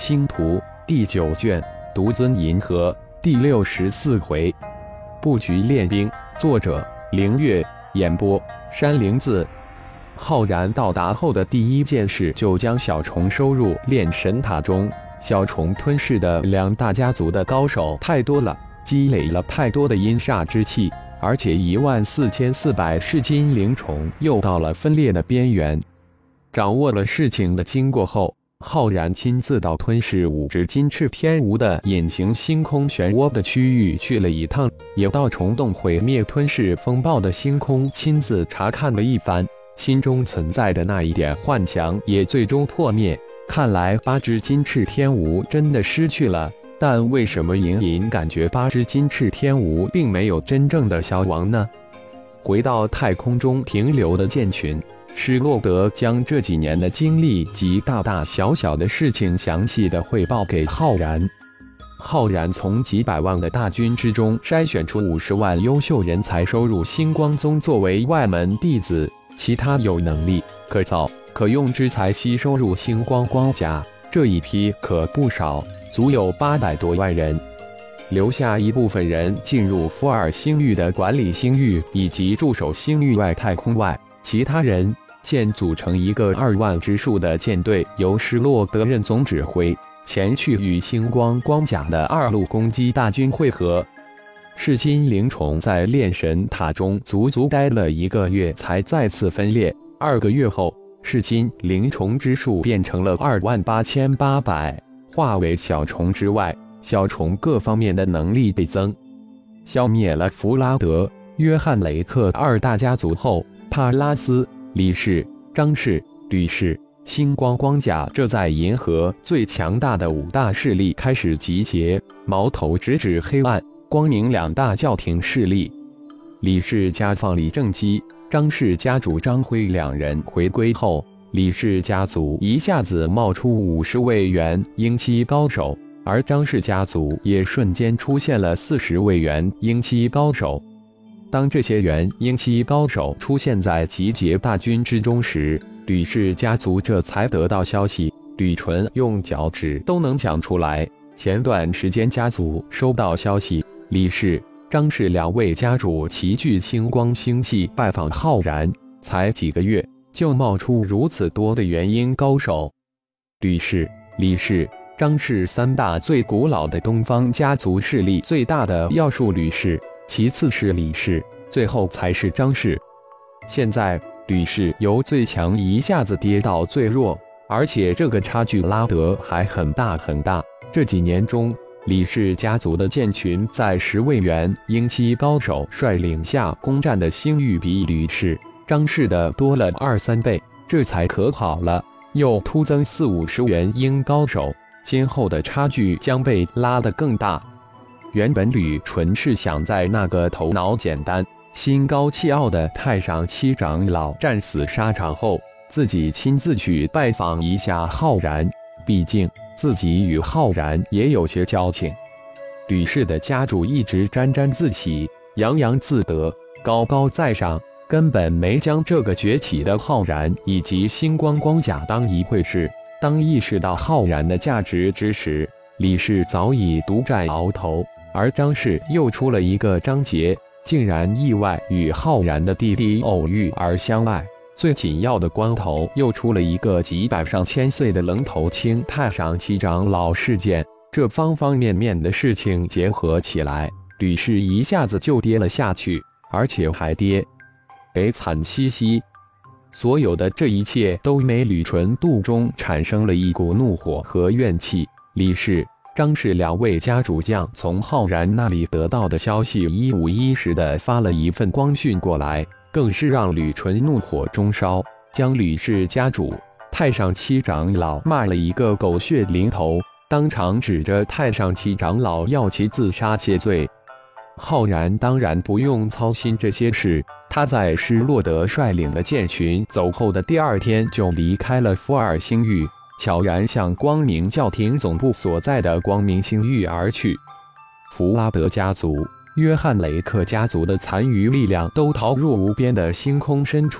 星图第9卷，独尊银河第64回。布局练兵，作者凌月，演播山灵子。浩然到达后的第一件事就将小虫收入炼神塔中。小虫吞噬的2大家族的高手太多了，积累了太多的阴煞之气，而且14400噬金灵虫又到了分裂的边缘。掌握了事情的经过后，浩然亲自到吞噬5只金翅天蜈的隐形星空漩涡的区域去了一趟，也到虫洞毁灭吞噬风暴的星空亲自查看了一番，心中存在的那一点幻想也最终破灭。看来8只金翅天蜈真的失去了，但为什么隐隐感觉8只金翅天蜈并没有真正的消亡呢？回到太空中停留的剑群，施洛德将这几年的经历及大大小小的事情详细的汇报给浩然。浩然从几百万的大军之中筛选出50万优秀人才，收入星光宗作为外门弟子，其他有能力可造可用之才悉收入星光光甲，这一批可不少，足有800多万人。留下一部分人进入福尔星域的管理星域以及驻守星域外太空外，其他人现组成一个2万之数的舰队，由施洛德任总指挥，前去与星光光甲的2路攻击大军会合。噬金灵虫在炼神塔中足足待了1个月才再次分裂，2个月后，噬金灵虫之数变成了28800，化为小虫之外，小虫各方面的能力倍增。消灭了弗拉德、约翰雷克2大家族后，帕拉斯、李氏、张氏、吕氏、星光光甲这在银河最强大的5大势力开始集结，矛头直指黑暗、光明2大教廷势力。李氏家放李正基、张氏家主张辉2人回归后，李氏家族一下子冒出50位元婴期高手，而张氏家族也瞬间出现了40位元婴期高手。当这些元婴期高手出现在集结大军之中时，吕氏家族这才得到消息。吕纯用脚趾都能讲出来，前段时间家族收到消息，李氏、张氏2位家主齐聚星光星系拜访浩然，才几个月就冒出如此多的元婴高手。吕氏、李氏、张氏3大最古老的东方家族势力，最大的要数吕氏，其次是李氏，最后才是张氏。现在吕氏由最强一下子跌到最弱，而且这个差距拉得还很大很大。这几年中，李氏家族的舰群在10位元婴期高手率领下攻占的星域比吕氏、张氏的多了2-3倍，这才可好了。又突增40-50元婴高手，今后的差距将被拉得更大。原本吕纯是想在那个头脑简单、心高气傲的太上七长老战死沙场后，自己亲自去拜访一下浩然，毕竟自己与浩然也有些交情。吕氏的家主一直沾沾自喜、洋洋自得、高高在上，根本没将这个崛起的浩然以及星光光甲当一回事。当意识到浩然的价值之时，李氏早已独占鳌头，而张氏又出了一个张杰，竟然意外与浩然的弟弟偶遇而相爱。最紧要的关头又出了一个几百上千岁的愣头青太上七长老事件，这方方面面的事情结合起来，吕氏一下子就跌了下去，而且还跌得惨兮兮。所有的这一切都没吕纯肚中产生了一股怒火和怨气。李氏、张氏2位家主将从浩然那里得到的消息一五一十地发了一份光讯过来，更是让吕纯怒火中烧，将吕氏家主太上七长老骂了一个狗血淋头，当场指着太上七长老要其自杀谢罪。浩然当然不用操心这些事，他在施洛德率领的舰群走后的第2天就离开了福尔星域，悄然向光明教廷总部所在的光明星域而去。弗拉德家族、约翰雷克家族的残余力量都逃入无边的星空深处，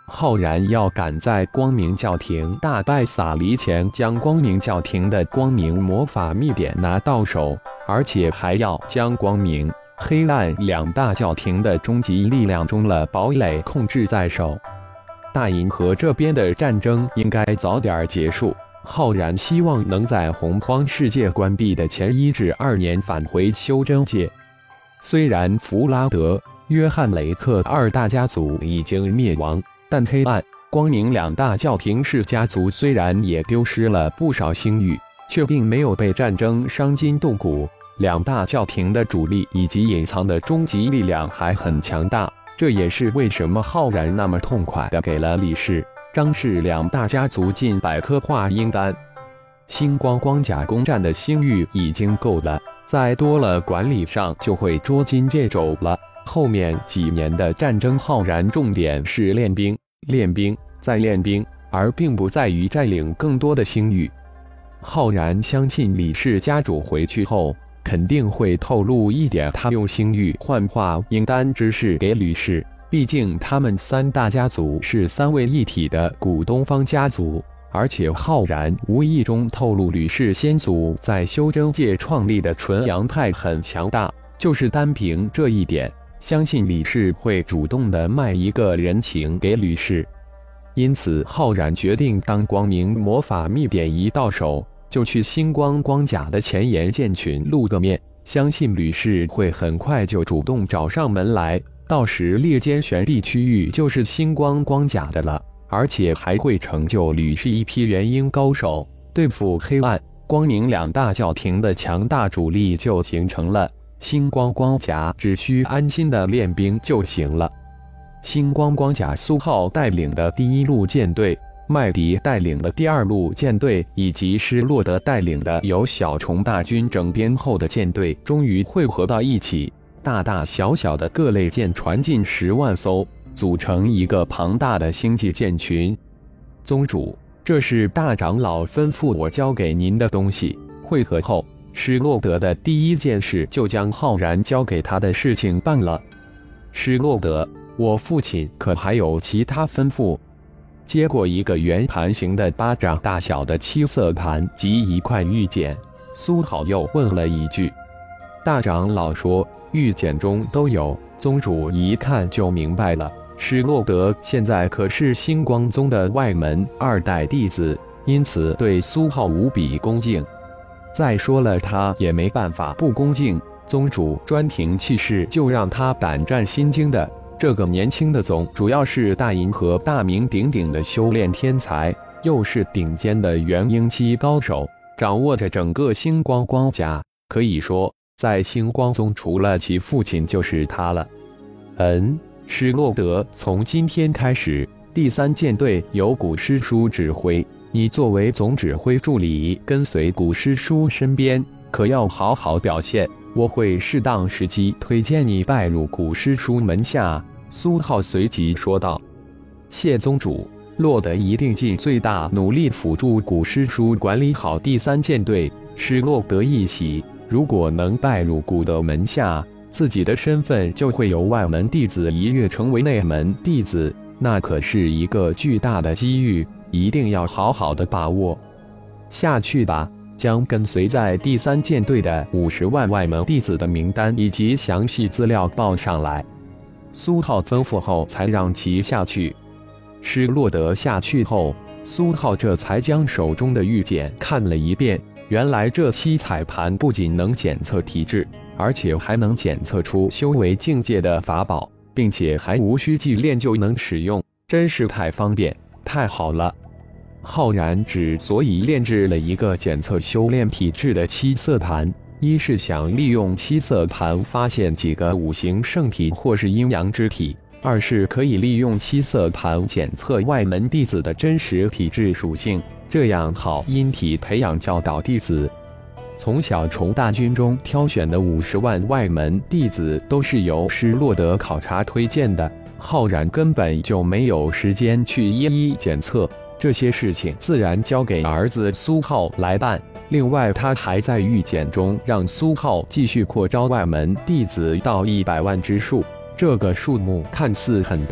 浩然要赶在光明教廷大败撒离前，将光明教廷的光明魔法秘典拿到手，而且还要将光明、黑暗两大教廷的终极力量中的堡垒控制在手。大银河这边的战争应该早点结束，浩然希望能在洪荒世界关闭的前1至2年返回修真界。虽然弗拉德、约翰雷克2大家族已经灭亡，但黑暗、光明两大教廷氏家族虽然也丢失了不少星域，却并没有被战争伤筋动骨。两大教廷的主力以及隐藏的终极力量还很强大，这也是为什么浩然那么痛快地给了李氏、张氏两大家族近100颗化阴丹。星光光甲攻占的星域已经够了，再多了管理上就会捉襟见肘了。后面几年的战争，浩然重点是练兵、练兵再练兵，而并不在于占领更多的星域。浩然相信李氏家主回去后肯定会透露一点他用星域幻化阴丹之事给吕氏，毕竟他们3大家族是3位一体的古东方家族，而且浩然无意中透露吕氏先祖在修真界创立的纯阳派很强大，就是单凭这一点，相信李氏会主动的卖一个人情给吕氏。因此浩然决定当光明魔法秘典一到手，就去星光光甲的前沿剑群露个面，相信吕氏会很快就主动找上门来，到时猎间玄帝区域就是星光光甲的了，而且还会成就吕氏一批元婴高手，对付黑暗、光明两大教廷的强大主力就形成了。星光光甲只需安心的练兵就行了。星光光甲苏浩带领的第1路舰队，麦迪带领的第2路舰队，以及施洛德带领的由小虫大军整编后的舰队，终于汇合到一起。大大小小的各类舰船近10万艘，组成一个庞大的星际舰群。宗主，这是大长老吩咐我交给您的东西。会合后，施洛德的第一件事就将浩然交给他的事情办了。施洛德，我父亲可还有其他吩咐？接过一个圆盘形的巴掌大小的七色盘及一块玉简，苏浩又问了一句。大长老说，玉简中都有，宗主一看就明白了。施洛德现在可是星光宗的外门2代弟子，因此对苏浩无比恭敬。再说了，他也没办法不恭敬，宗主专凭气势就让他胆战心惊的。这个年轻的宗主要是大银河大名鼎鼎的修炼天才，又是顶尖的元婴期高手，掌握着整个星光光甲，可以说在星光宗除了其父亲就是他了。施洛德，从今天开始，第3舰队由古师叔指挥，你作为总指挥助理，跟随古师叔身边，可要好好表现。我会适当时机推荐你拜入古师叔门下。苏浩随即说道：“谢宗主，洛德一定尽最大努力辅助古师叔管理好第3舰队。”施洛德一喜，如果能拜入古的门下，自己的身份就会由外门弟子一跃成为内门弟子，那可是一个巨大的机遇，一定要好好的把握下去吧。将跟随在第3舰队的50万外门弟子的名单以及详细资料报上来。苏浩吩咐后，才让其下去。施洛德下去后，苏浩这才将手中的玉简看了一遍。原来这七彩盘不仅能检测体质，而且还能检测出修为境界的法宝，并且还无需祭炼就能使用，真是太方便，太好了。浩然之所以炼制了一个检测修炼体质的七色盘，一是想利用七色盘发现几个五行圣体或是阴阳之体，二是可以利用七色盘检测外门弟子的真实体质属性，这样好因体培养教导弟子。从小虫大军中挑选的50万外门弟子都是由施洛德考察推荐的，浩然根本就没有时间去一一检测，这些事情自然交给儿子苏浩来办。另外，他还在玉简中让苏浩继续扩招外门弟子到100万之数。这个数目看似很大，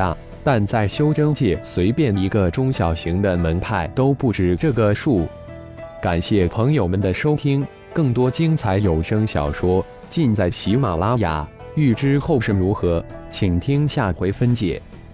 但在修真界，随便一个中小型的门派都不止这个数。感谢朋友们的收听，更多精彩有声小说尽在喜马拉雅。欲知后事如何，请听下回分解。